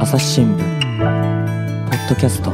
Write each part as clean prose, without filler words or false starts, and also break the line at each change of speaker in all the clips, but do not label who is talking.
朝日新聞ポッドキャスト。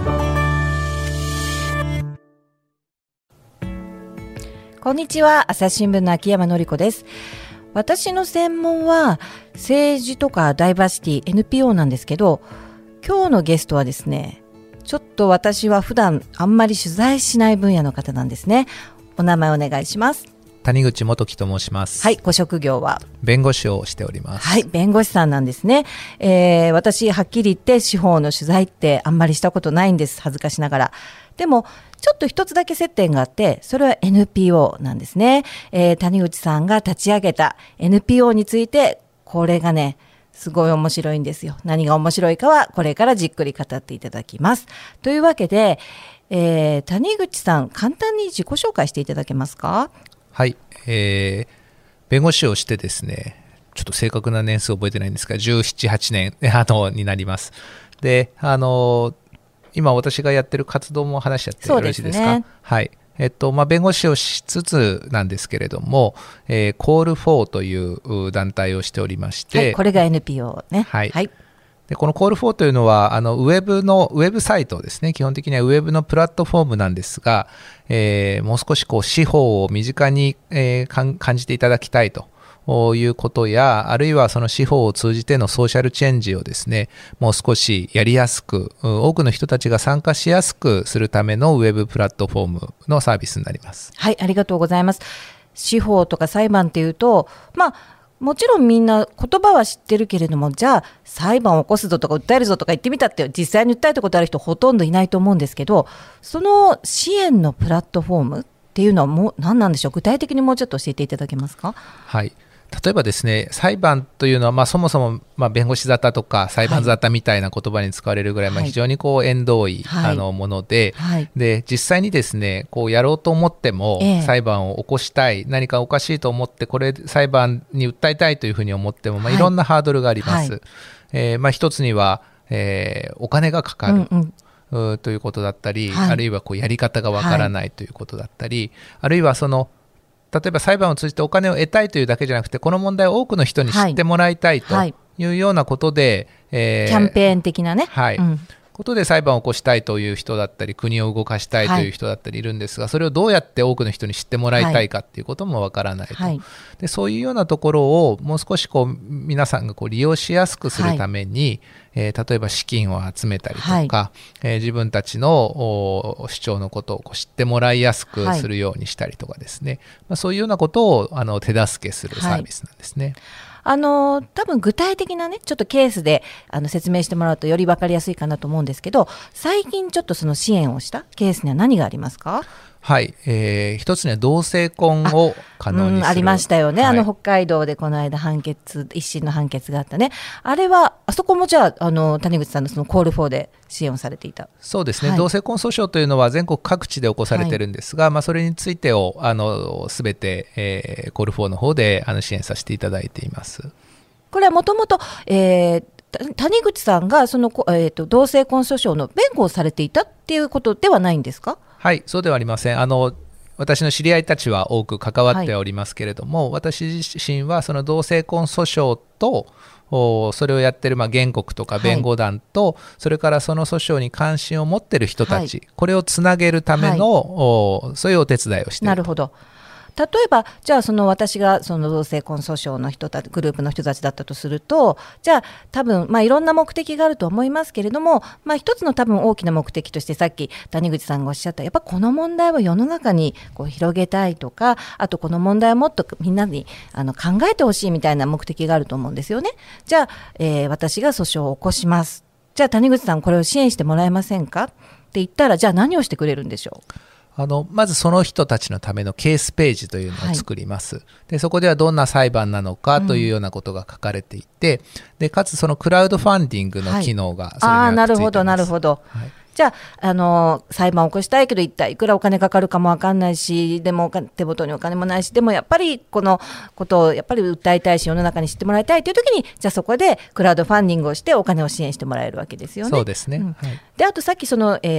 こんにちは、朝日新聞の秋山紀子です。私の専門は政治とかダイバーシティ NPO なんですけど、今日のゲストはですね、ちょっと私は普段あんまり取材しない分野の方なんですね。お名前お願いします。
谷口元樹と申します。
はい、ご職業は
弁護士をしております。
はい、弁護士さんなんですね。私はっきり言って司法の取材ってあんまりしたことないんです、恥ずかしながら。でもちょっと一つだけ接点があって、それは NPO なんですね。谷口さんが立ち上げた NPO について、これがねすごい面白いんですよ。何が面白いかはこれからじっくり語っていただきます。というわけで、谷口さん、簡単に自己紹介していただけますか？
はい、弁護士をしてですね、ちょっと正確な年数覚えてないんですが、17、8年になります。で、今私がやってる活動も話しちゃってよろしいですか？
そうですね。
はい。弁護士をしつつなんですけれども、Call4 という団体をしておりまして、
はい、これが NPO ね。
はい。
はい、
でこの Call4 というのはウェブサイトですね。基本的にはウェブのプラットフォームなんですが、もう少し司法を身近に、感じていただきたいということや、あるいはその司法を通じてのソーシャルチェンジをですね、もう少しやりやすく、多くの人たちが参加しやすくするためのウェブプラットフォームのサービスになります。
はい、ありがとうございます。司法とか裁判っていうと、もちろんみんな言葉は知ってるけれども、じゃあ裁判を起こすぞとか訴えるぞとか言ってみたって実際に訴えたことある人ほとんどいないと思うんですけど、その支援のプラットフォームっていうのはもう何なんでしょう？具体的にもうちょっと教えていただけますか？
はい。例えばですね、裁判というのは、そもそも弁護士沙汰とか裁判沙汰みたいな言葉に使われるぐらい、非常に縁遠い、もので、で実際にですねやろうと思っても、裁判を起こしたい、何かおかしいと思ってこれ裁判に訴えたいというふうに思っても、いろんなハードルがあります。一つには、お金がかかる、ということだったり、あるいはやり方がわからないということだったり、あるいは例えば裁判を通じてお金を得たいというだけじゃなくて、この問題を多くの人に知ってもらいたいというようなことで、
キャンペーン的なね、
ことで裁判を起こしたいという人だったり、国を動かしたいという人だったりいるんですが、それをどうやって多くの人に知ってもらいたいかっていうこともわからないと、でそういうようなところをもう少し皆さんが利用しやすくするために、例えば資金を集めたりとか、自分たちの主張のことを知ってもらいやすくするようにしたりとかですね、そういうようなことを手助けするサービスなんですね。
多分具体的なねちょっとケースで説明してもらうとより分かりやすいかなと思うんですけど、最近ちょっとその支援をしたケースには何がありますか？
はい、一つには同性婚を可能にする
ありましたよね、北海道でこの間一審の判決があったね。あれはあそこもじゃあ谷口さんのそのコール4で支援をされていた？
そうですね、同性婚訴訟というのは全国各地で起こされてるんですが、それについてをすべて、コール4の方で支援させていただいています。
これはもともと谷口さんがその、同性婚訴訟の弁護をされていたっていうことではないんですか？はい、
そうではありません。私の知り合いたちは多く関わっておりますけれども、私自身はその同性婚訴訟とそれをやってる原告とか弁護団と、それからその訴訟に関心を持っている人たち、これをつなげるための、そういうお手伝いをしている。
なるほど。例えばじゃあ私がその同性婚訴訟のグループの人たちだったとすると、じゃあ多分いろんな目的があると思いますけれども、一つの多分大きな目的として、さっき谷口さんがおっしゃったやっぱこの問題を世の中に広げたいとか、あとこの問題をもっとみんなに考えてほしいみたいな目的があると思うんですよね。じゃあ、私が訴訟を起こします。じゃあ谷口さんこれを支援してもらえませんかって言ったら、じゃあ何をしてくれるんでしょう？
まずその人たちのためのケースページというのを作ります。でそこではどんな裁判なのかというようなことが書かれていて、でかつそのクラウドファンディングの機能がそれにはついています。
なるほどなるほど。じゃあ、裁判を起こしたいけど一体いくらお金かかるかも分かんないし、でも手元にお金もないし、でもやっぱりこのことをやっぱり訴えたいし世の中に知ってもらいたいという時に、じゃあそこでクラウドファンディングをしてお金を支援してもらえるわけですよね。
そうですね、
であとさっき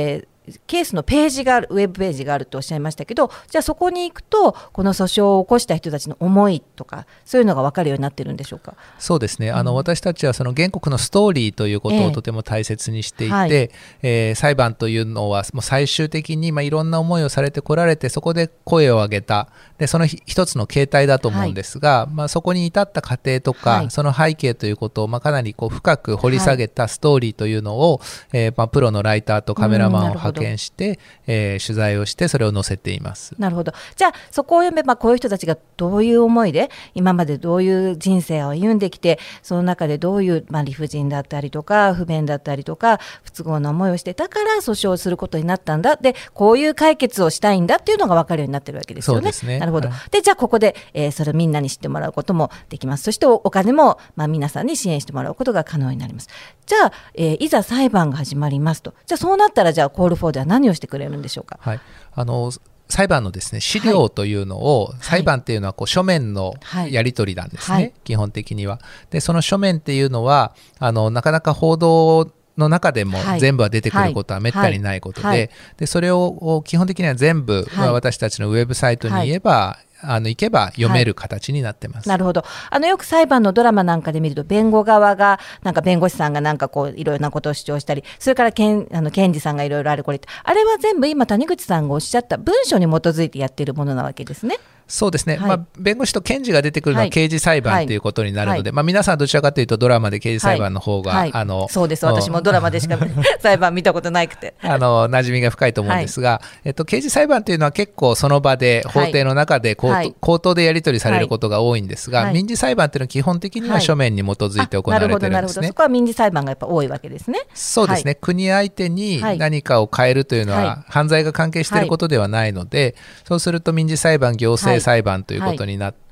ケースのページがある、ウェブページがあるとおっしゃいましたけど、じゃあそこに行くとこの訴訟を起こした人たちの思いとかそういうのが分かるようになってるんでしょうか。
そうですね、私たちはその原告のストーリーということをとても大切にしていて、裁判というのはもう最終的にいろんな思いをされてこられて、そこで声を上げた、でその一つの形態だと思うんですが、そこに至った過程とか、その背景ということをかなり深く掘り下げたストーリーというのを、プロのライターとカメラマンを派遣して、取材をしてそれを載せています。
なるほど。じゃあそこを読めばこういう人たちがどういう思いで今までどういう人生を歩んできて、その中でどういう、理不尽だったりとか不便だったりとか不都合な思いをしてたから訴訟をすることになったんだ、でこういう解決をしたいんだっていうのが分かるようになってるわけですよね。
そうですね。
なるほど。でじゃあここで、それをみんなに知ってもらうこともできます。そしてお金も、皆さんに支援してもらうことが可能になります。じゃあ、いざ裁判が始まりますと、じゃあそうなったらじゃあコールフォーでは何をしてくれるんでしょうか。
はい、裁判のですね、資料というのを、裁判っていうのは書面のやり取りなんですね、基本的には。でその書面っていうのはなかなか報道の中でも全部は出てくることはめったにないことで、でそれを基本的には全部私たちのウェブサイトに行けば読める形になってます。
なるほど。よく裁判のドラマなんかで見ると、弁護側が弁護士さんがいろいろなことを主張したり、それから検事さんがいろいろあれこれって、あれは全部今谷口さんがおっしゃった文書に基づいてやっているものなわけですね。
そうですね、弁護士と検事が出てくるのは刑事裁判ということになるので、皆さんどちらかというとドラマで刑事裁判の方が、
そうです。私もドラマでしか裁判見たことなくて
馴染みが深いと思うんですが、刑事裁判というのは結構その場で法廷の中で口頭でやり取りされることが多いんですが、民事裁判というのは基本的には書面に基づいて行われているんですね。
そこは民事裁判がやっぱ多いわけですね。
そうですね、国相手に何かを変えるというのは犯罪が関係していることではないので、そうすると民事裁判、行政裁判ということになって、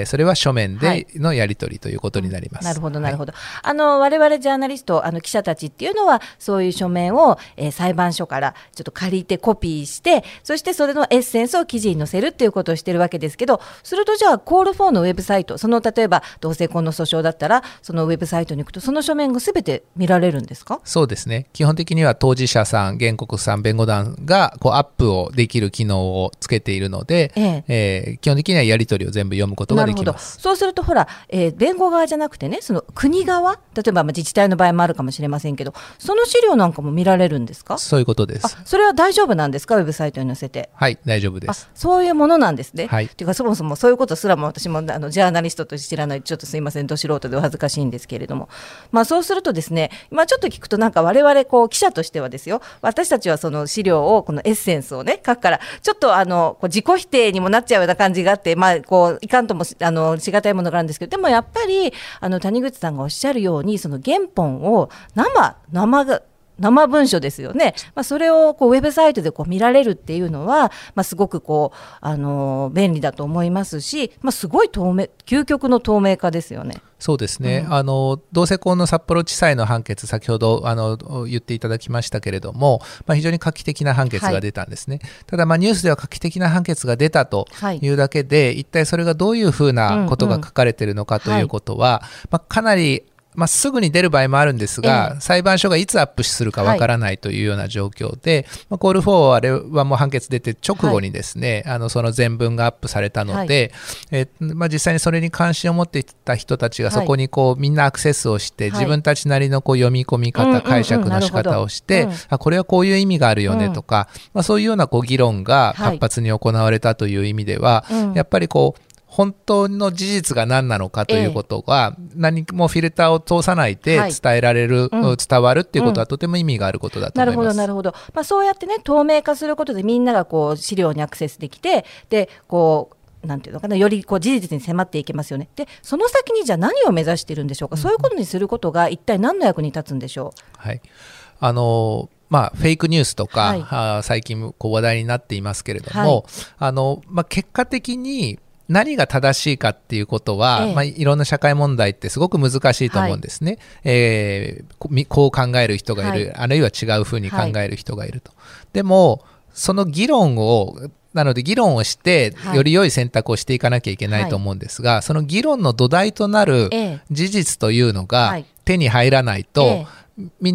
それは書面でのやり取りということになります。
なるほどなるほど。我々ジャーナリスト記者たちっていうのはそういう書面を、裁判所からちょっと借りてコピーして、そしてそれのエッセンスを記事に載せるっていうことをしてるわけですけど、するとじゃあコール4のウェブサイト、例えば同性婚の訴訟だったらそのウェブサイトに行くとその書面が全て見られるんですか？
そうですね、基本的には当事者さん、原告さん、弁護団がアップをできる機能をつけているので、基本的にはやり取りを全部読むことができます。なるほど。
そうするとほら、弁護側じゃなくてね、その国側、例えば自治体の場合もあるかもしれませんけど、その資料なんかも見られるんですか？
そういうことです。
それは大丈夫なんですか？ウェブサイトに載せて。
はい、大丈夫です。
そういうものなんですね。
はい、
というかそもそもそういうことすらも私もジャーナリストとして知らない、ちょっとすいません、ど素人でお恥ずかしいんですけれども、そうするとですね、ちょっと聞くと我々記者としてはですよ、私たちはその資料をこのエッセンスをね書くから、ちょっと自己否定にもなっちゃうような感じがあって、いかんともしがたいものがあるんですけど、でもやっぱり谷口さんがおっしゃるように、その原本を生文書ですよね、それをウェブサイトで見られるっていうのは、すごく便利だと思いますし、すごい究極の透明化ですよね。
そうですね、同性婚の札幌地裁の判決、先ほど言っていただきましたけれども、非常に画期的な判決が出たんですね。ただニュースでは画期的な判決が出たというだけで、一体それがどういうふうなことが書かれているのかということは、かなりすぐに出る場合もあるんですが、裁判所がいつアップするかわからないというような状況で、コール4あれはもう判決出て直後にですね、その全文がアップされたので、実際にそれに関心を持っていた人たちがそこにみんなアクセスをして、自分たちなりの読み込み方、解釈の仕方をして、これはこういう意味があるよねとか、そういうような議論が活発に行われたという意味では、やっぱり本当の事実が何なのかということが、何もフィルターを通さないで伝えられる、伝わるっていうことはとても意味があることだと思います。
なるほど。そうやってね、透明化することでみんなが資料にアクセスできて、でなんていうのかな、より事実に迫っていけますよね。でその先にじゃあ何を目指しているんでしょうか。そういうことにすることが一体何の役に立つんでしょう。
はい、フェイクニュースとか、最近話題になっていますけれども、結果的に何が正しいかっていうことは、いろんな社会問題ってすごく難しいと思うんですね。こう考える人がいる、あるいは違うふうに考える人がいると。でもその議論をして、より良い選択をしていかなきゃいけないと思うんですが、その議論の土台となる事実というのが手に入らないと、みんな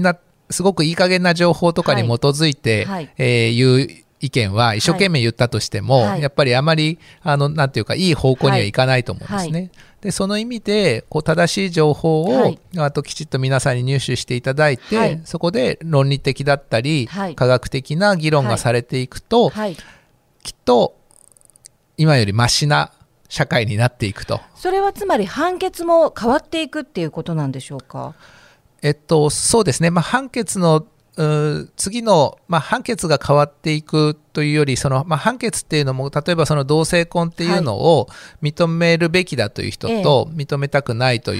すごくいい加減な情報とかに基づいて、いう意見は一生懸命言ったとしても、やっぱりあまりなんていうかいい方向にはいかないと思うんですね。でその意味で正しい情報を、きちっと皆さんに入手していただいて、そこで論理的だったり、科学的な議論がされていくと、きっと今よりマシな社会になっていくと。
それはつまり判決も変わっていくっていうことなんでしょうか。
そうですね、判決の次の、判決が変わっていくというより判決っていうのも例えばその同性婚っていうのを認めるべきだという人と、認めたくないという、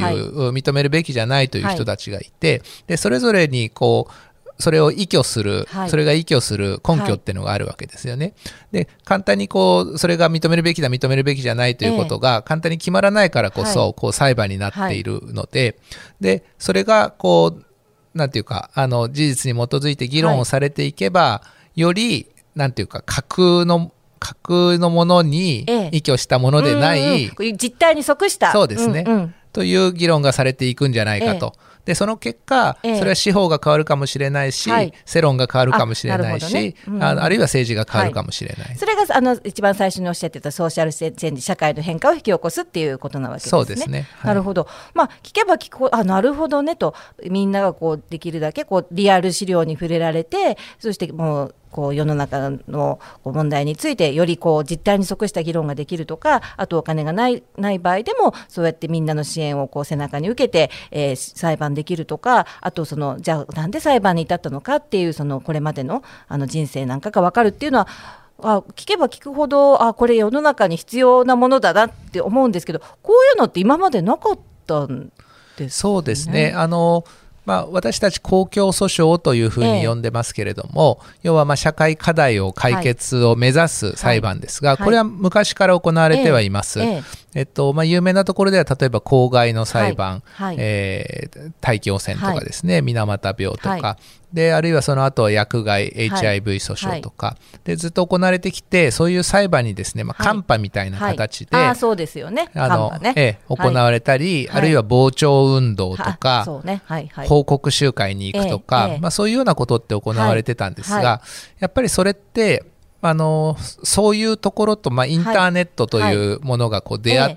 認めるべきじゃないという人たちがいて、でそれぞれにそれを依拠する、それが依拠する根拠っていうのがあるわけですよね。で簡単にそれが認めるべきだ認めるべきじゃないということが簡単に決まらないからこそ、裁判になっているので、でそれがなんていうか事実に基づいて議論をされていけば、よりなんていうか架空のものに依拠したものでない、
実態に即した
そうですね、という議論がされていくんじゃないかと。でその結果、それは司法が変わるかもしれないし、世論が変わるかもしれないし、あるいは政治が変わるかもしれない、
それが一番最初におっしゃってたソーシャルチェンジ、社会の変化を引き起こすっていうことなわけですね。
そうですね、
なるほど。聞けば聞くほどなるほどねと、みんなができるだけリアル資料に触れられて、そしてもう世の中の問題についてより実態に即した議論ができるとか、あとお金がない場合でもそうやってみんなの支援を背中に受けて、裁判できるとか、あとじゃあなんで裁判に至ったのかっていうこれまでの人生なんかが分かるっていうのは、聞けば聞くほどこれ世の中に必要なものだなって思うんですけど、こういうのって今までなかったんですね。
そうですね。私たち公共訴訟というふうに呼んでますけれども、要は社会課題を解決を目指す裁判ですが、これは昔から行われてはいます。有名なところでは例えば公害の裁判、大気汚染とかですね、水俣病とか、であるいはその後は薬害 HIV 訴訟とか、でずっと行われてきて、そういう裁判にですね、カンパみたいな形で、
そうですよね、
行われたり、あるいは傍聴運動とか、報告集会に行くとか、そういうようなことって行われてたんですが、やっぱりそれってそういうところと、インターネットというものが出会って、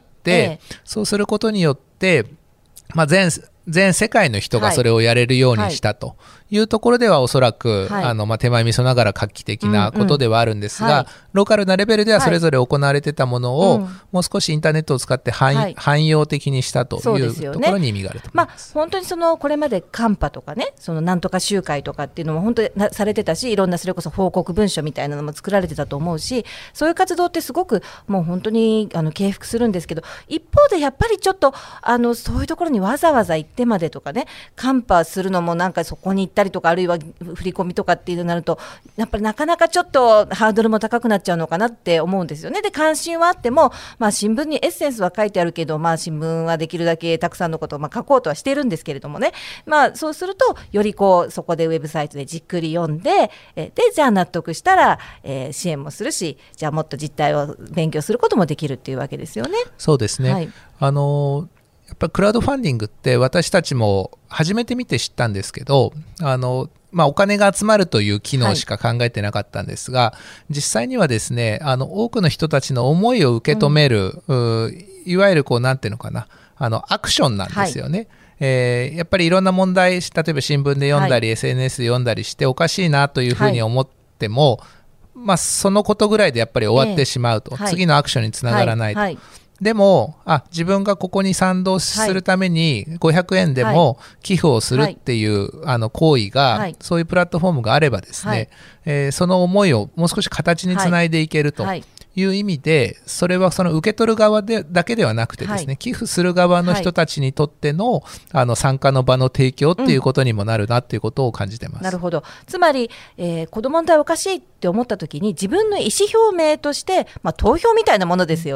そうすることによって、全世界の人がそれをやれるようにしたというところでは、おそらく、手前味噌ながら画期的なことではあるんですが、ローカルなレベルではそれぞれ行われてたものを、もう少しインターネットを使って汎用的にしたというところに意味があると思います。
本当にこれまでカンパとかね、なんとか集会とかっていうのも本当にされてたし、いろんなそれこそ報告文書みたいなのも作られてたと思うし、そういう活動ってすごくもう本当に敬服するんですけど、一方でやっぱりちょっとそういうところにわざわざ行ってまでとかね、カンパするのもなんかそこに行ったりとか、あるいは振り込みとかっていうのになると、やっぱりなかなかちょっとハードルも高くなっちゃうのかなって思うんですよね。で関心はあっても、新聞にエッセンスは書いてあるけど、新聞はできるだけたくさんのことを書こうとはしているんですけれどもね、そうするとよりそこでウェブサイトでじっくり読んで、じゃあ納得したら、支援もするし、じゃあもっと実態を勉強することもできるっていうわけですよね。
そうですね、やっぱりクラウドファンディングって私たちも初めて見て知ったんですけど、お金が集まるという機能しか考えてなかったんですが、実際にはですね、多くの人たちの思いを受け止める、いわゆるなんていうのかな、アクションなんですよね。やっぱりいろんな問題、例えば新聞で読んだり、SNS で読んだりしておかしいなというふうに思っても、そのことぐらいでやっぱり終わってしまうと、次のアクションにつながらないと。でも自分がここに賛同するために500円でも寄付をするっていう行為が、そういうプラットフォームがあればですね、その思いをもう少し形につないでいけるという意味で、それはその受け取る側だけではなくてですね、寄付する側の人たちにとっての、参加の場の提供っていうことにもなるなっていうことを感じてます。
なるほど。つまり、この問題おかしいって思った時に自分の意思表明として、投票みたいなものですよね。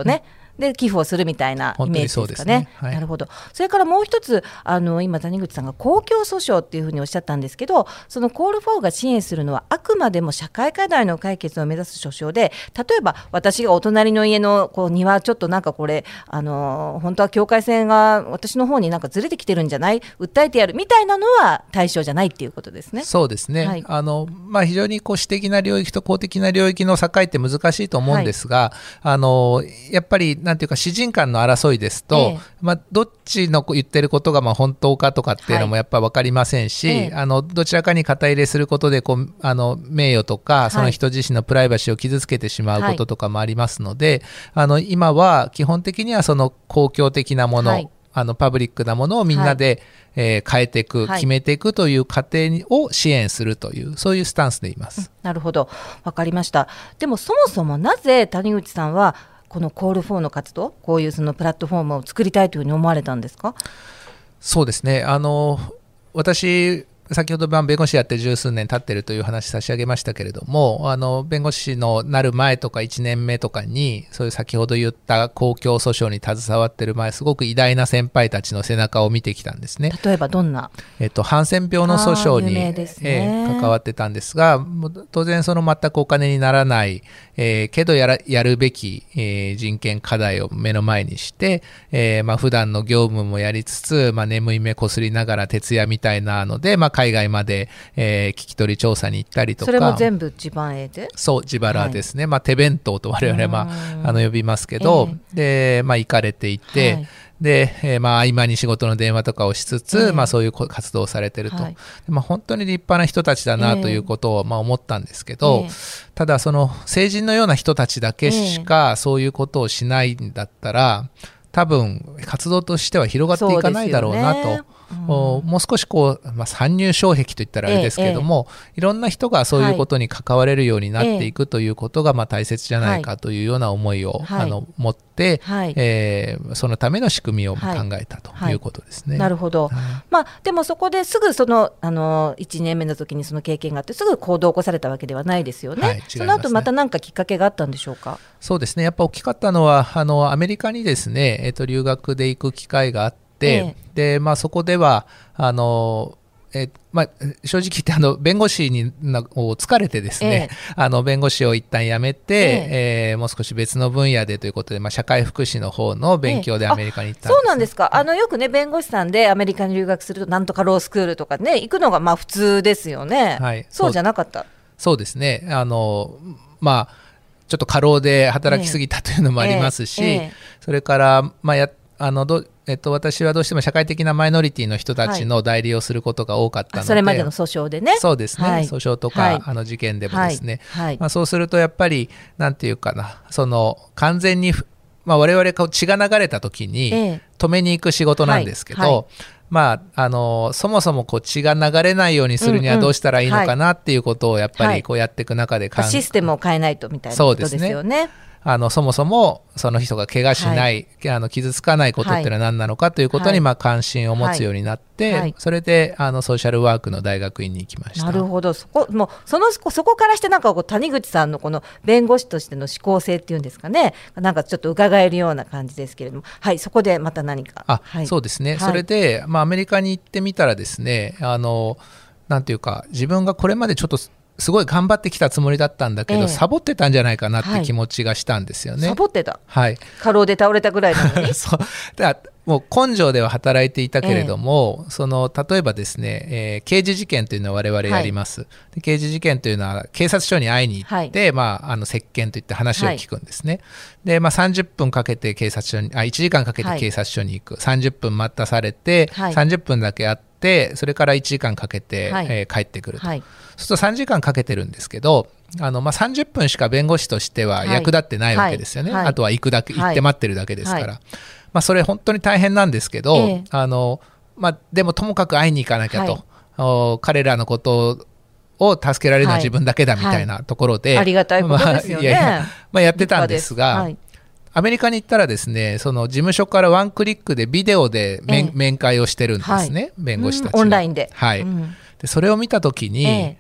で寄付をするみたいなイメージですかね。なるほど。それからもう一つ今谷口さんが公共訴訟っていうふうにおっしゃったんですけど、そのコールフォーが支援するのはあくまでも社会課題の解決を目指す訴訟で、例えば私がお隣の家の庭ちょっとなんかこれ本当は境界線が私の方になんかずれてきてるんじゃない、訴えてやるみたいなのは対象じゃないっていうことですね。
そうですね、非常に私的な領域と公的な領域の境って難しいと思うんですが、やっぱりなんていうか私人間の争いですと、どっちの言ってることが本当かとかっていうのもやっぱり分かりませんし、どちらかに肩入れすることで名誉とかその人自身のプライバシーを傷つけてしまうこととかもありますので、今は基本的にはその公共的なもの、パブリックなものをみんなで、変えていく、決めていくという過程を支援するという、そういうスタンスでいます。
なるほど、分かりました。でもそもそもなぜ谷口さんはこのコールフォーの活動、こういうそのプラットフォームを作りたいというふうに思われたんですか？
そうですね、私先ほど弁護士やって十数年経ってるという話差し上げましたけれども、弁護士のなる前とか1年目とかにそういう先ほど言った公共訴訟に携わってる前、すごく偉大な先輩たちの背中を見てきたんですね。
例えばどんな？
ハンセン病の訴訟に、関わってたんですが、当然その全くお金にならない、けどやるべき、人権課題を目の前にして、普段の業務もやりつつ、眠い目こすりながら徹夜みたいなので、海外まで、聞き取り調査に行ったりとか。
それも全部自腹で？
そう、自腹ですね、手弁当と我々は、呼びますけど、で、行かれていて、で、合間に仕事の電話とかをしつつ、そういう活動をされてると、本当に立派な人たちだなということを、思ったんですけど、ただその成人のような人たちだけしかそういうことをしないんだったら、多分活動としては広がっていかないだろうなと。もう少し参入障壁といったらあれですけれども、いろんな人がそういうことに関われるようになっていくということが大切じゃないかというような思いを、持って、そのための仕組みを考えたということですね。
なるほど、でもそこですぐ1年目の時にその経験があってすぐ行動を起こされたわけではないですよね。その後また何かきっかけがあったんでしょうか？
そうですね、やっぱ大きかったのはアメリカにですね、留学で行く機会があって、でそこでは正直言って弁護士を疲れてですね、弁護士を一旦辞めて、もう少し別の分野でということで、社会福祉の方の勉強でアメリカに行ったんです、
そうなんですか。よくね弁護士さんでアメリカに留学するとなんとかロースクールとかね行くのが普通ですよね。そうじゃなかった？
そうですね、ちょっと過労で働きすぎたというのもありますし、それから私はどうしても社会的なマイノリティの人たちの代理をすることが多かったので、
それまでの訴訟でね。
そうですね、訴訟とか、事件でもですね、そうするとやっぱりなんていうかな、その完全に、我々血が流れた時に止めに行く仕事なんですけど、そもそも血が流れないようにするにはどうしたらいいのかなっていうことをやっぱりやっていく中で
システムを変えないとみたいなことですよね。
そもそもその人が怪我しない、傷つかないことっていうのは何なのかということに関心を持つようになって、それでソーシャルワークの大学院に行きました。
なるほど。そこからして谷口さんのこの弁護士としての思考性っていうんですかね、ちょっと伺えるような感じですけれども、そこでまた何か。
そうですね、それで、アメリカに行ってみたらですね、なんていうか自分がこれまでちょっとすごい頑張ってきたつもりだったんだけど、サボってたんじゃないかなって気持ちがしたんですよね。
サボってた、過労で倒れたぐらいなのに
そうだからもう根性では働いていたけれども、例えばですね、刑事事件というのを我々やります、で刑事事件というのは警察署に会いに行って、接見といって話を聞くんですね、で、30分かけて警察署に1時間かけて警察署に行く、30分待たされて、30分だけ会って、それから1時間かけて、帰ってくると、そうすると3時間かけてるんですけど、30分しか弁護士としては役立ってないわけですよね、あとは行って待ってるだけですから、それ本当に大変なんですけど、でもともかく会いに行かなきゃと、彼らのことを助けられるのは自分だけだみたいなところで、
ありがたいことですよね。
やってたんですが、アメリカに行ったらですね、その事務所からワンクリックでビデオで面会をしてるんですね、弁護士たちが
オンラインで。
でそれを見たときに、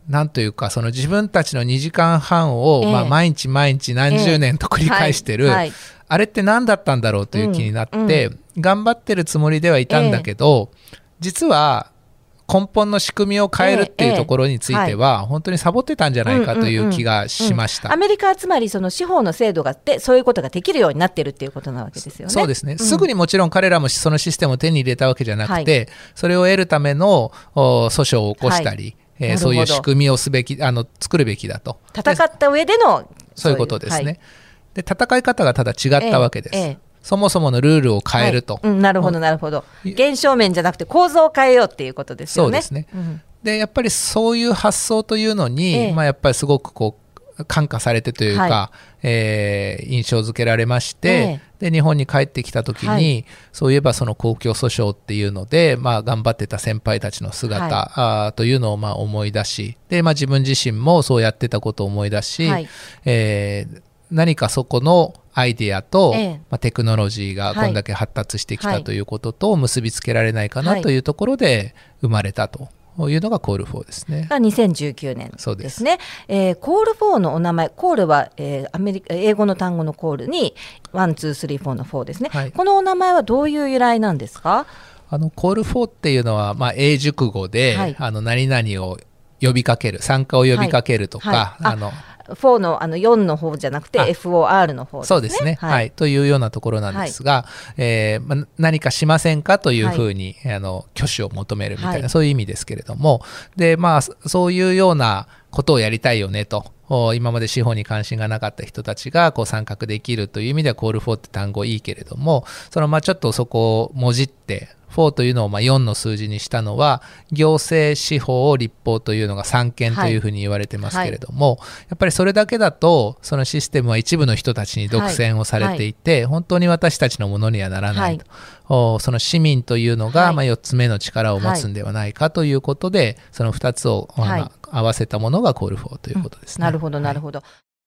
なんというかその自分たちの2時間半を、毎日毎日何十年と繰り返してる、あれって何だったんだろうという気になって、頑張ってるつもりではいたんだけど、実は根本の仕組みを変えるっていうところについては、本当にサボってたんじゃないかという気がしました。
アメリカはつまりその司法の制度があってそういうことができるようになってるっていうことなわけですよね。
そうですね、すぐにもちろん彼らもそのシステムを手に入れたわけじゃなくて、それを得るための訴訟を起こしたり、そういう仕組みを作るべきだと
戦った上での
そういうことですね。で戦い方がただ違ったわけです。そもそものルールを変えると、
なるほどなるほど。現象面じゃなくて構造を変えようっていうことですよね。
そうですね、でやっぱりそういう発想というのに、やっぱりすごくこう感化されてというか、印象づけられまして、で日本に帰ってきた時に、そういえばその公共訴訟っていうので、頑張ってた先輩たちの姿、というのを思い出し、で、自分自身もそうやってたことを思い出し、何かそこのアイデアと、テクノロジーがこんだけ発達してきたということと結びつけられないかなというところで生まれたというのがコール4ですね。
が2019年ですね。コール4のお名前、コールは、英語の単語のコールに1、2、3、4の4ですね、このお名前はどういう由来なんですか？
コール4っていうのは、英熟語で、何々を呼びかける、参加を呼びかけるとか、
4の4の方じゃなくて FOR の方ですね。
そうですね、というようなところなんですが、何かしませんかというふうに、挙手を求めるみたいな、そういう意味ですけれども、でそういうようなことをやりたいよねと、今まで司法に関心がなかった人たちがこう参画できるという意味ではコール4って単語いいけれども、そのちょっとそこをもじって4というのを4の数字にしたのは、行政司法立法というのが三権というふうに言われてますけれども、やっぱりそれだけだとそのシステムは一部の人たちに独占をされていて、本当に私たちのものにはならないと、その市民というのが4つ目の力を持つんではないかということで、その2つを合わせたものがコール4ということですね。
なるほどなるほど。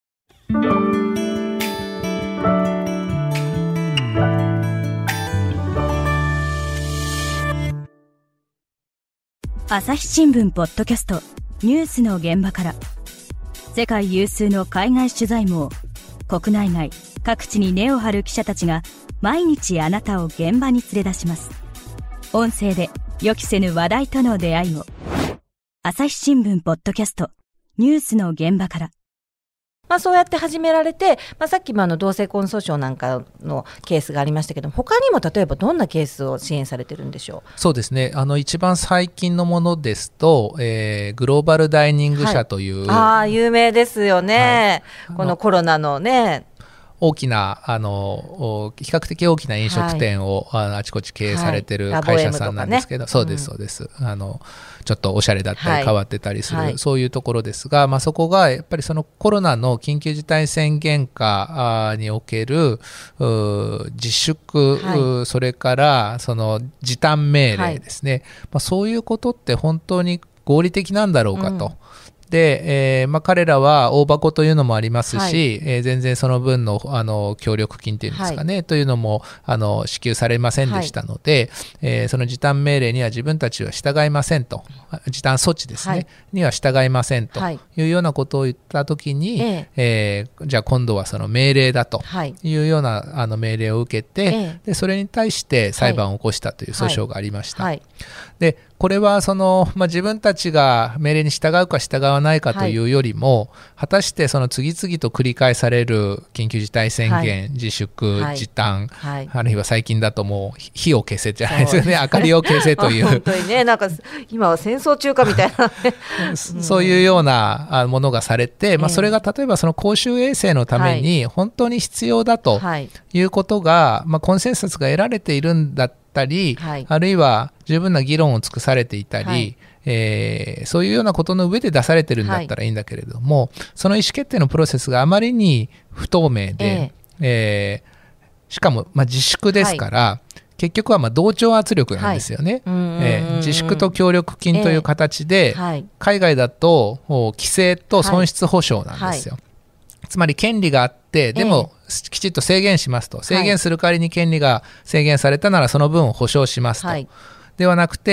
朝日新聞ポッドキャストニュースの現場から、世界有数の海外取材網、国内外各地に根を張る記者たちが毎日あなたを現場に連れ出します。音声で予期せぬ話題との出会いを。朝日新聞ポッドキャストニュースの現場から。
そうやって始められて、さっきも同性婚訴訟なんかのケースがありましたけども、他にも例えばどんなケースを支援されてるんでしょう？
そうですね、一番最近のものですと、グローバルダイニング社という、
有名ですよね、このコロナのね、
大きな比較的大きな飲食店を、あちこち経営されてる会社さんなんですけど、そうですそうです、ちょっとおしゃれだったり変わってたりする、そういうところですが、そこがやっぱりそのコロナの緊急事態宣言下における自粛、それからその時短命令ですね、そういうことって本当に合理的なんだろうかと。で彼らは大箱というのもありますし、全然その分の協力金というんですかね、というのも支給されませんでしたので、その時短命令には自分たちは従いませんと、時短措置ですね、には従いませんというようなことを言ったときに、じゃあ今度はその命令だというような命令を受けて、でそれに対して裁判を起こしたという訴訟がありました。でこれはその、自分たちが命令に従うか従わないかというよりも、果たしてその次々と繰り返される緊急事態宣言、自粛、時短、あるいは最近だともう火を消せじゃないですかね、明かりを消せという
本当にね、なんか今は戦争中かみたいな
そういうようなものがされて、それが例えばその公衆衛生のために本当に必要だということが、コンセンサスが得られているんだったり、あるいは十分な議論を尽くされていたり、そういうようなことの上で出されてるんだったらいいんだけれども、その意思決定のプロセスがあまりに不透明で、しかも自粛ですから、結局は同調圧力なんですよね。自粛と協力金という形で、海外だと規制と損失補償なんですよ。つまり権利があって、でもきちっと制限しますと、制限する代わりに権利が制限されたならその分を保証しますと、ではなくて、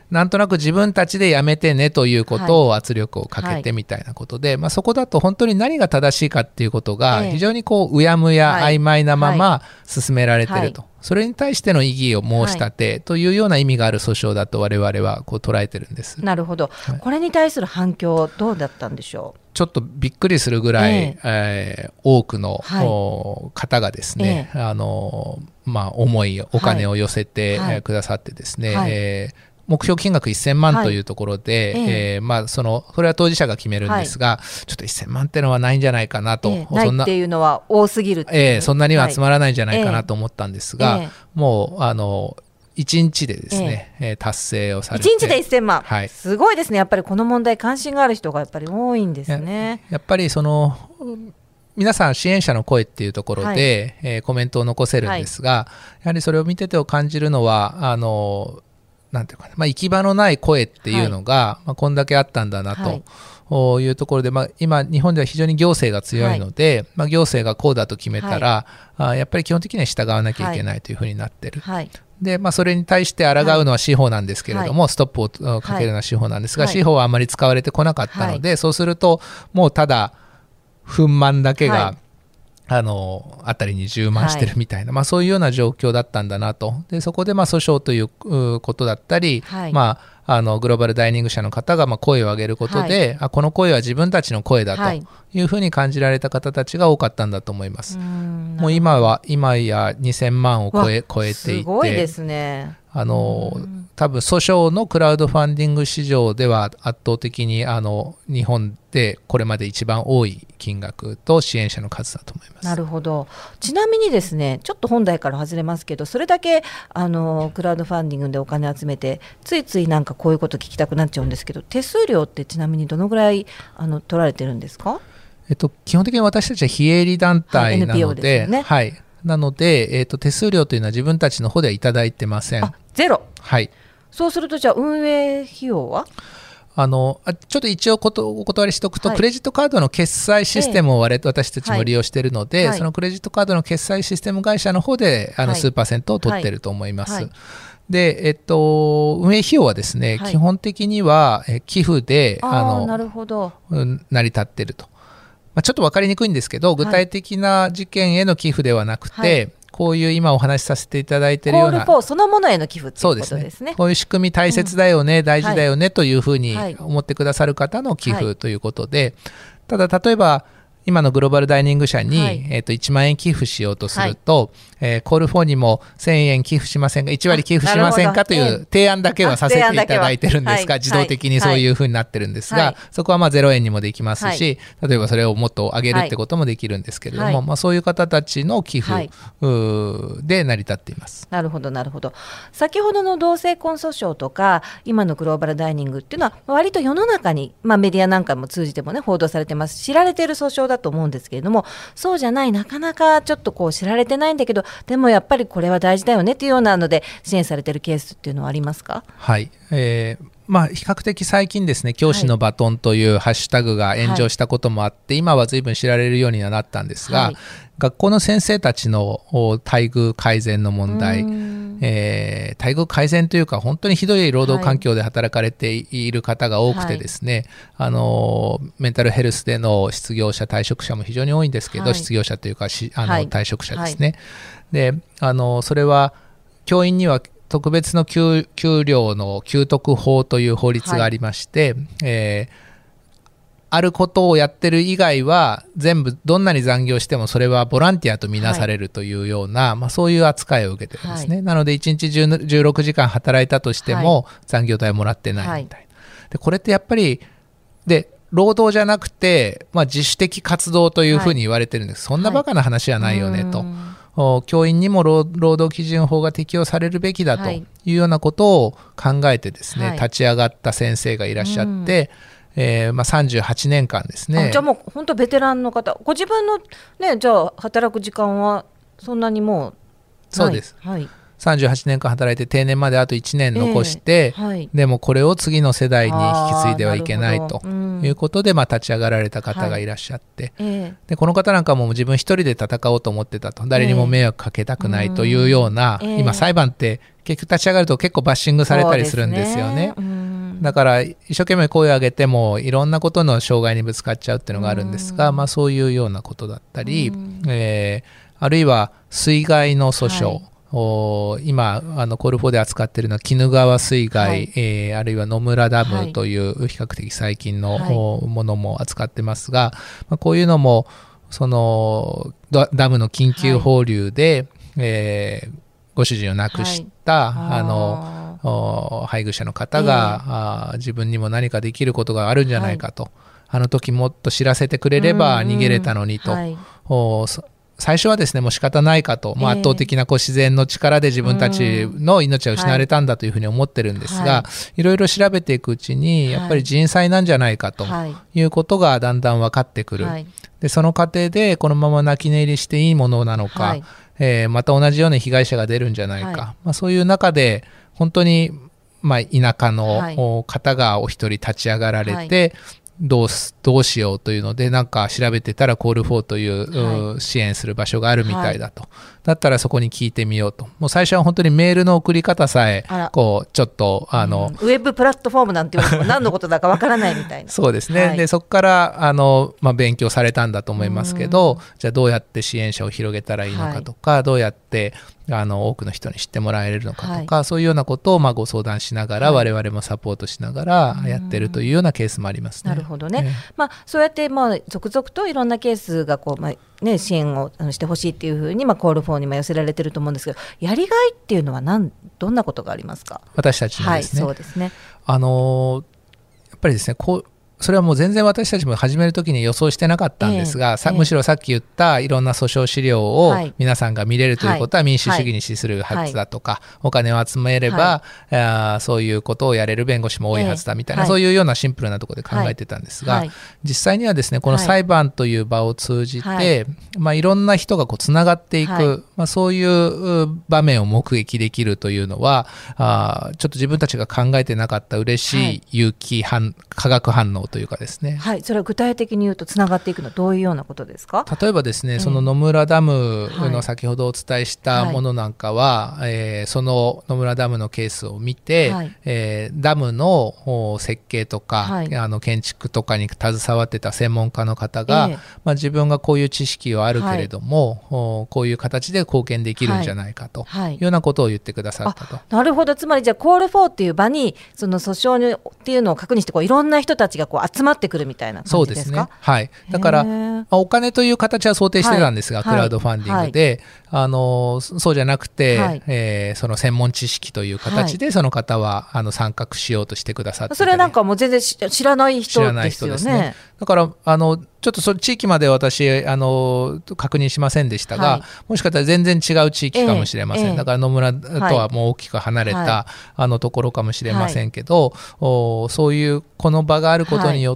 なんとなく自分たちでやめてねということを圧力をかけてみたいなことで、そこだと本当に何が正しいかっていうことが非常にうやむや曖昧なまま進められていると、それに対しての異議を申し立てというような意味がある訴訟だと我々は捉えてるんです。
なるほど、これに対する反響どうだったんでしょう。
ちょっとびっくりするぐらい、多くの、方がですね、思いお金を寄せて、くださってですね、目標金額1000万というところで、それは当事者が決めるんですが、ちょっと1000万っていうのはないんじゃないかなと、
ないっていうのは多すぎるっていう、
そんなには集まらないんじゃないかなと思ったんですが、もう1日でですね、達成をされて、
1日で1000万、すごいですね。やっぱりこの問題関心がある人がやっぱり多いんですね。
やっぱり皆さん支援者の声っていうところで、コメントを残せるんですが、やはりそれを見てて感じるのはなんていうかな、行き場のない声っていうのが、こんだけあったんだなというところで、今日本では非常に行政が強いので、行政がこうだと決めたら、やっぱり基本的には従わなきゃいけないというふうになってる。でそれに対して抗うのは司法なんですけれども、ストップをかけるのは司法なんですが、司法はあまり使われてこなかったので、そうするともうただ憤懣だけが、辺りに充満してるみたいな、そういうような状況だったんだなと。でそこで訴訟ということだったり、グローバルダイニング社の方が声を上げることで、この声は自分たちの声だというふうに感じられた方たちが多かったんだと思います。もう今や2000万を超えていて、
すごいですね。
多分訴訟のクラウドファンディング市場では圧倒的に日本でこれまで一番多い金額と支援者の数だと思います。
なるほど。ちなみにですね、ちょっと本題から外れますけど、それだけクラウドファンディングでお金集めてついついなんかこういうこと聞きたくなっちゃうんですけど、手数料ってちなみにどのぐらい取られてるんですか？
基本的に私たちは非営利団体なので、
NPO ですよね。
なので、手数料というのは自分たちの方ではいただいてません。
ゼロ。
そう
するとじゃあ運営費用は？
ちょっと一応お断りしておくと、クレジットカードの決済システムを私たちも利用しているので、そのクレジットカードの決済システム会社の方で数%を取っていると思います。で、運営費用はですね、基本的には寄付で
なるほど、
成り立っていると。ちょっと分かりにくいんですけど、具体的な事件への寄付ではなくて、こういう今お話しさせていただいているような
コール4そのものへの寄付ということですね。
こういう仕組み大切だよね、大事だよねというふうに思ってくださる方の寄付ということで、ただ例えば今のグローバルダイニング社に、1万円寄付しようとすると、コール4にも1000円寄付しませんか、1割寄付しませんかという提案だけはさせていただいてるんですが、自動的にそういうふうになってるんですが、そこは0円にもできますし、例えばそれをもっと上げるってこともできるんですけれども、そういう方たちの寄付、で成り立っています。
なるほどなるほど。先ほどの同性婚訴訟とか今のグローバルダイニングっていうのは割と世の中に、メディアなんかも通じてもね報道されてます。知られている訴訟だと思うんですけれども、そうじゃない、なかなかちょっと知られてないんだけど、でもやっぱりこれは大事だよねっていうようなので支援されているケースっていうのはありますか？
比較的最近ですね、教師のバトンというハッシュタグが炎上したこともあって、今は随分知られるようにはなったんですが、学校の先生たちの待遇改善の問題、待遇改善というか本当にひどい労働環境で働かれている方が多くてですね、メンタルヘルスでの失業者退職者も非常に多いんですけど、失業者というか退職者ですね。でそれは教員には特別の給料の給特法という法律がありまして、あることをやってる以外は全部どんなに残業してもそれはボランティアとみなされるというような、そういう扱いを受けてるんですね。なので1日16時間働いたとしても残業代もらってないみたいな。でこれってやっぱり労働じゃなくて、自主的活動というふうに言われてるんです。そんなバカな話はないよねと。教員にも労働基準法が適用されるべきだというようなことを考えてですね、立ち上がった先生がいらっしゃって、38年間ですね。
じゃあもう本当ベテランの方、ご自分のね、じゃあ働く時間はそんなにもうない。
そうです、 38年間働いて定年まであと1年残して、でもこれを次の世代に引き継いではいけないということで、立ち上がられた方がいらっしゃって、でこの方なんかも自分一人で戦おうと思ってたと、誰にも迷惑かけたくないというような、今裁判って結局立ち上がると結構バッシングされたりするんですよね。だから一生懸命声を上げてもいろんなことの障害にぶつかっちゃうっていうのがあるんですが、そういうようなことだったり、あるいは水害の訴訟、今コール4で扱っているのは鬼怒川水害、あるいは野村ダムという比較的最近のものも扱ってますが、こういうのもそのダムの緊急放流で、ご主人を亡くした配偶者の方が、自分にも何かできることがあるんじゃないかと、あの時もっと知らせてくれれば逃げれたのにと、最初はですねもう仕方ないかと、圧倒的な自然の力で自分たちの命は失われたんだというふうに思ってるんですが、いろいろ調べていくうちにやっぱり人災なんじゃないかということがだんだん分かってくる、でその過程でこのまま泣き寝入りしていいものなのか、また同じような被害者が出るんじゃないか、そういう中で本当に田舎の方がお一人立ち上がられて、どうしようというのでなんか調べてたらコール4という、支援する場所があるみたいだと、だったらそこに聞いてみようと。もう最初は本当にメールの送り方さえこうちょっとウ
ェブプラットフォームなんていうのも何のことだかわからないみたいな
そうですね、でそこから勉強されたんだと思いますけど、じゃあどうやって支援者を広げたらいいのかとか、どうやって多くの人に知ってもらえるのかとか、そういうようなことをご相談しながら、我々もサポートしながらやってるというようなケースもありますね。
なるほどね、そうやって続々といろんなケースが支援をしてほしいっていうふうにコール4に寄せられてると思うんですけど、やりがいっていうのはどんなことがありますか？
私たちのですね、
そうですね、
やっぱりですねそれはもう全然私たちも始めるときに予想してなかったんですが、むしろさっき言ったいろんな訴訟資料を皆さんが見れるということは民主主義に資するはずだとか、お金を集めれば、そういうことをやれる弁護士も多いはずだみたいな、そういうようなシンプルなところで考えてたんですが、実際にはですねこの裁判という場を通じて、いろんな人がつながっていく、そういう場面を目撃できるというのはちょっと自分たちが考えてなかった嬉しい有機化学反応というかですね、
それは具体的に言うとつながっていくのはどういうようなことですか？
例えばですね、その野村ダムの先ほどお伝えしたものなんかは、その野村ダムのケースを見て、ダムの設計とか、建築とかに携わってた専門家の方が、自分がこういう知識はあるけれども、こういう形で貢献できるんじゃないかというようなことを言ってくださったと。
なるほど、つまりじゃあコール4っていう場にその訴訟っていうのを確認していろんな人たちが集まってくるみたいな感じですか？そうですね、
だからお金という形は想定してたんですが、クラウドファンディングで、そうじゃなくて、その専門知識という形でその方は参画しようとしてくださって、
それはなんかもう全然知らない人ですよね。
だからちょっとその地域まで私確認しませんでしたが、もしかしたら全然違う地域かもしれません、だから野村とはもう大きく離れた、ところかもしれませんけど、そういうこの場があることによって、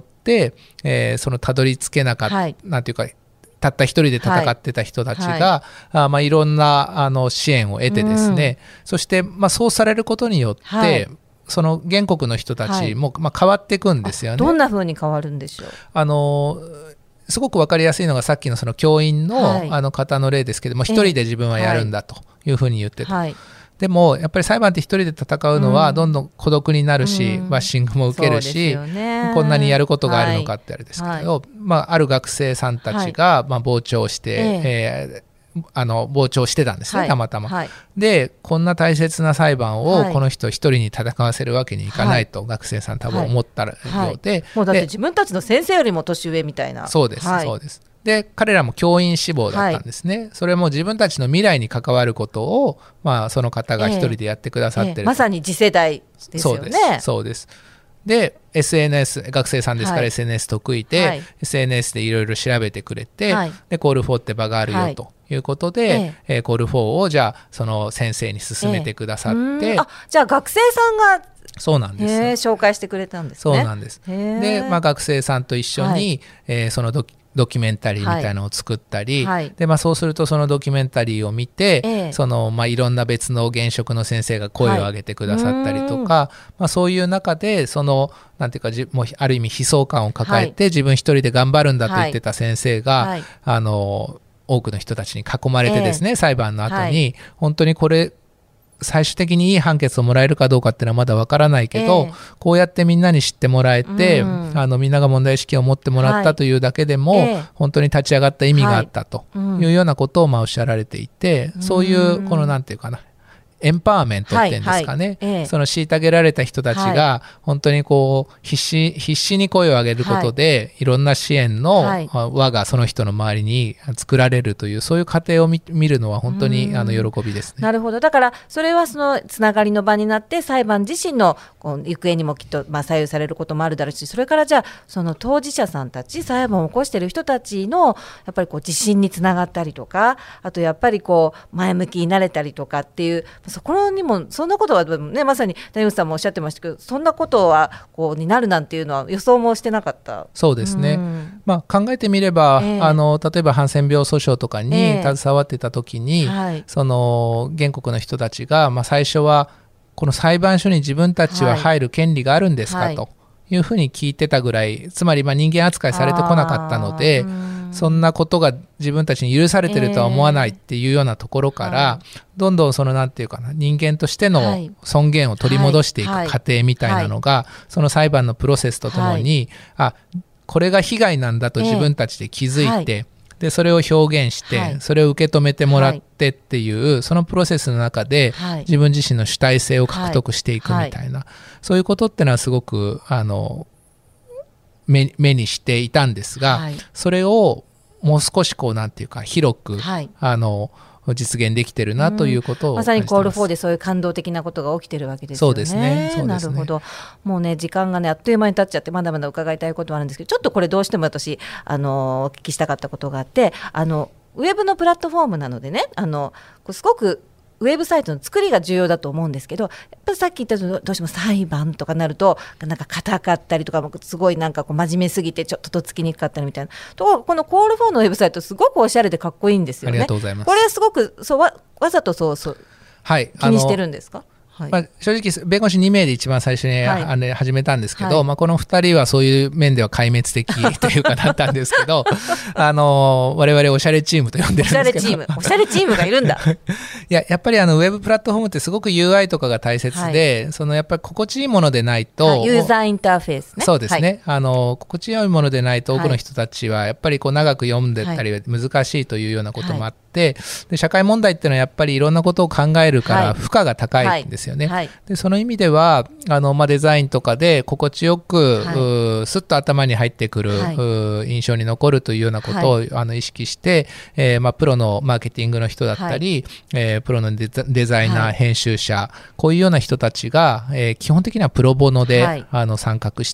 そのたどり着けなかった、なんていうかたった一人で戦ってた人たちが、いろんな支援を得てですね、そして、そうされることによって、その原告の人たちも、変わっていくんですよね。
どんな風に変わるんでしょう？
すごく分かりやすいのがさっきのその教員の、方の例ですけども、一人で自分はやるんだというふうに言ってた、でもやっぱり裁判って一人で戦うのはどんどん孤独になるし、バッシングも受けるし、こんなにやることがあるのかってあれですけど、ある学生さんたちが、傍聴して、傍聴してたんですね、たまたま、でこんな大切な裁判をこの人一人に戦わせるわけにいかないと、学生さん多分思ったようで、
もうだって自分たちの先生よりも年上みたいな。
そうです、そうです。で彼らも教員志望だったんですね、それも自分たちの未来に関わることを、その方が一人でやってくださってる、
まさに次世代ですよね。
そうです。で SNS 学生さんですから、SNS 得意で、SNS でいろいろ調べてくれて、でコール4って場があるよということで、コール4をじゃあその先生に勧めてくださって、
じゃあ学生さんが
そうなんです
紹介してくれたんですね。
そうなんです。で、学生さんと一緒に、そのドキュメンタリーみたいなのを作ったり、でそうするとそのドキュメンタリーを見て、いろんな別の現職の先生が声を上げてくださったりとか、そういう中でなんていうかもうある意味悲壮感を抱えて、自分一人で頑張るんだと言ってた先生が、多くの人たちに囲まれてですね、裁判の後に、本当にこれ最終的にいい判決をもらえるかどうかっていうのはまだわからないけど、こうやってみんなに知ってもらえて、みんなが問題意識を持ってもらったというだけでも、本当に立ち上がった意味があったというようなことをおっしゃられていて、そういうこのなんていうかな、エンパワーメントっていうんですかね、その虐げられた人たちが本当にこう必死に声を上げることで、いろんな支援の輪がその人の周りに作られるという、そういう過程を見るのは本当に喜びですね。
なるほど。だからそれはそのつながりの場になって、裁判自身の行方にもきっと左右されることもあるだろうし、それからじゃあその当事者さんたち、裁判を起こしている人たちのやっぱりこう自信につながったりとか、あとやっぱりこう前向きになれたりとかっていう、そこにもそんなことはね、まさに谷口さんもおっしゃってましたけど、そんなことはこうになるなんていうのは予想もしてなかった。
そうですね、考えてみれば、例えばハンセン病訴訟とかに携わってた時に、その原告の人たちが、最初はこの裁判所に自分たちは入る権利があるんですか、というふうに聞いてたぐらい、つまり人間扱いされてこなかったので、そんなことが自分たちに許されてるとは思わないっていうようなところから、どんどんそのなんていうかな、人間としての尊厳を取り戻していく過程みたいなのが、その裁判のプロセスとともに、これが被害なんだと自分たちで気づいて、でそれを表現して、それを受け止めてもらってっていう、そのプロセスの中で、自分自身の主体性を獲得していくみたいな、そういうことってのはすごく目にしていたんですが、それをもう少しこうなんていうか広く、実現できてるなということを
まさにコール4でそういう感動的なことが起きてるわけですよね。
そうですね。
なるほど。もうね時間がねあっという間に経っちゃって、まだまだ伺いたいことはあるんですけど、ちょっとこれどうしても私お聞きしたかったことがあって、ウェブのプラットフォームなのでね、すごくウェブサイトの作りが重要だと思うんですけど、やっぱりさっき言ったどうしても裁判とかなるとなんか硬かったりとか、すごいなんかこう真面目すぎてちょっととっつきにくかったりみたいなところ、このコール4のウェブサイトすごくおしゃれでかっこいいんですよね。
ありがとうございます。
これはすごくわざとそう気にしてるんですか？
正直弁護士2名で一番最初に、始めたんですけど、この2人はそういう面では壊滅的というかなったんですけど我々おしゃれチームと呼んでるんですけど、
おしゃれチームがいるんだ
やっぱりウェブプラットフォームってすごく UI とかが大切で、やっぱり心地いいものでないと、
ユーザーインターフェースね。
そうですね、心地よいものでないと多くの人たちはやっぱりこう長く読んでたり難しいというようなこともあって、で社会問題っていうのはやっぱりいろんなことを考えるから負荷が高いんですよね。でその意味ではデザインとかで心地よく、スッと頭に入ってくる、印象に残るというようなことを、意識して、プロのマーケティングの人だったり、プロのデザイナー、編集者、こういうような人たちが、基本的にはプロボノで、参画して、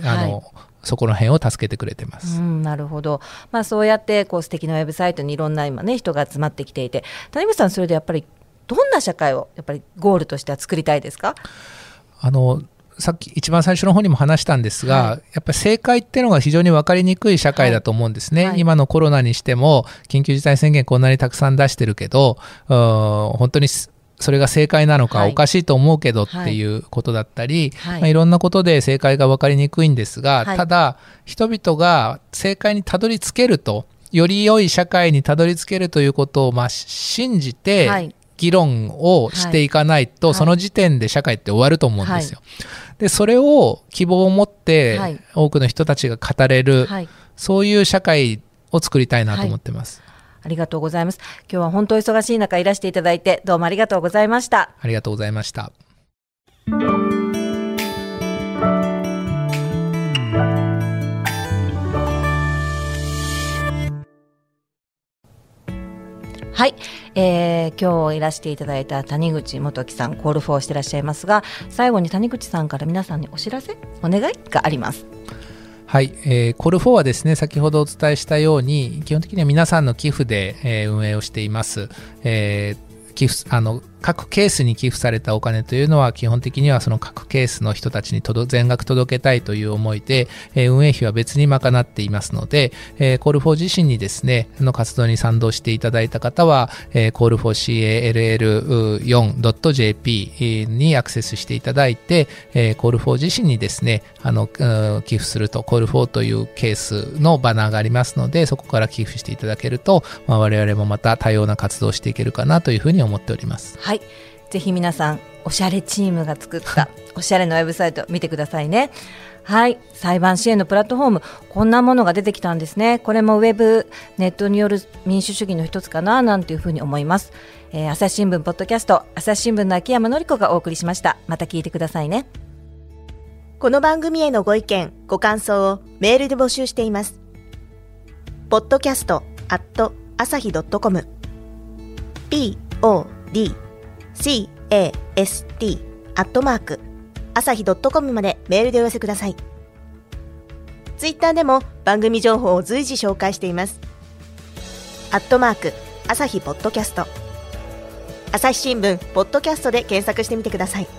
そこの辺を助けてくれてます。
なるほど。そうやってこう素敵なウェブサイトにいろんな今ね人が集まってきていて、谷口さんそれでやっぱりどんな社会をやっぱりゴールとしては作りたいですか？
さっき一番最初の方にも話したんですが、やっぱり正解っていうのが非常に分かりにくい社会だと思うんですね。今のコロナにしても緊急事態宣言こんなにたくさん出してるけど、本当にそれが正解なのかおかしいと思うけどっていうことだったり、いろんなことで正解が分かりにくいんですが、ただ人々が正解にたどり着けると、より良い社会にたどり着けるということを信じて議論をしていかないと、その時点で社会って終わると思うんですよ。でそれを希望を持って多くの人たちが語れる、そういう社会を作りたいなと思ってます。
ありがとうございます。今日は本当忙しい中いらしていただいてどうもありがとうございました。
ありがとうございました。
はい、今日いらしていただいた谷口元樹さん、コール4してらっしゃいますが、最後に谷口さんから皆さんにお知らせお願いがあります。
はい、コール4はですね、先ほどお伝えしたように基本的には皆さんの寄付で、運営をしています。 各ケースに寄付されたお金というのは基本的にはその各ケースの人たちに全額届けたいという思いで、運営費は別に賄っていますので、コールフォー自身にですねの活動に賛同していただいた方は、call4call4.jp にアクセスしていただいて、コールフォー自身にですね寄付すると、コールフォーというケースのバナーがありますので、そこから寄付していただけると、我々もまた多様な活動をしていけるかなというふうに思っております。
はい、ぜひ皆さんおしゃれチームが作ったおしゃれなウェブサイト見てくださいね。はい、裁判支援のプラットフォーム、こんなものが出てきたんですね。これもウェブネットによる民主主義の一つかななんていうふうに思います。朝日新聞ポッドキャスト、朝日新聞の秋山紀子がお送りしました。また聞いてくださいね。
この番組へのご意見ご感想をメールで募集しています。podcast@asahi.com podcast@asahi.com までメールでお寄せください。ツイッターでも番組情報を随時紹介しています。@朝日ポッドキャスト、朝日新聞ポッドキャストで検索してみてください。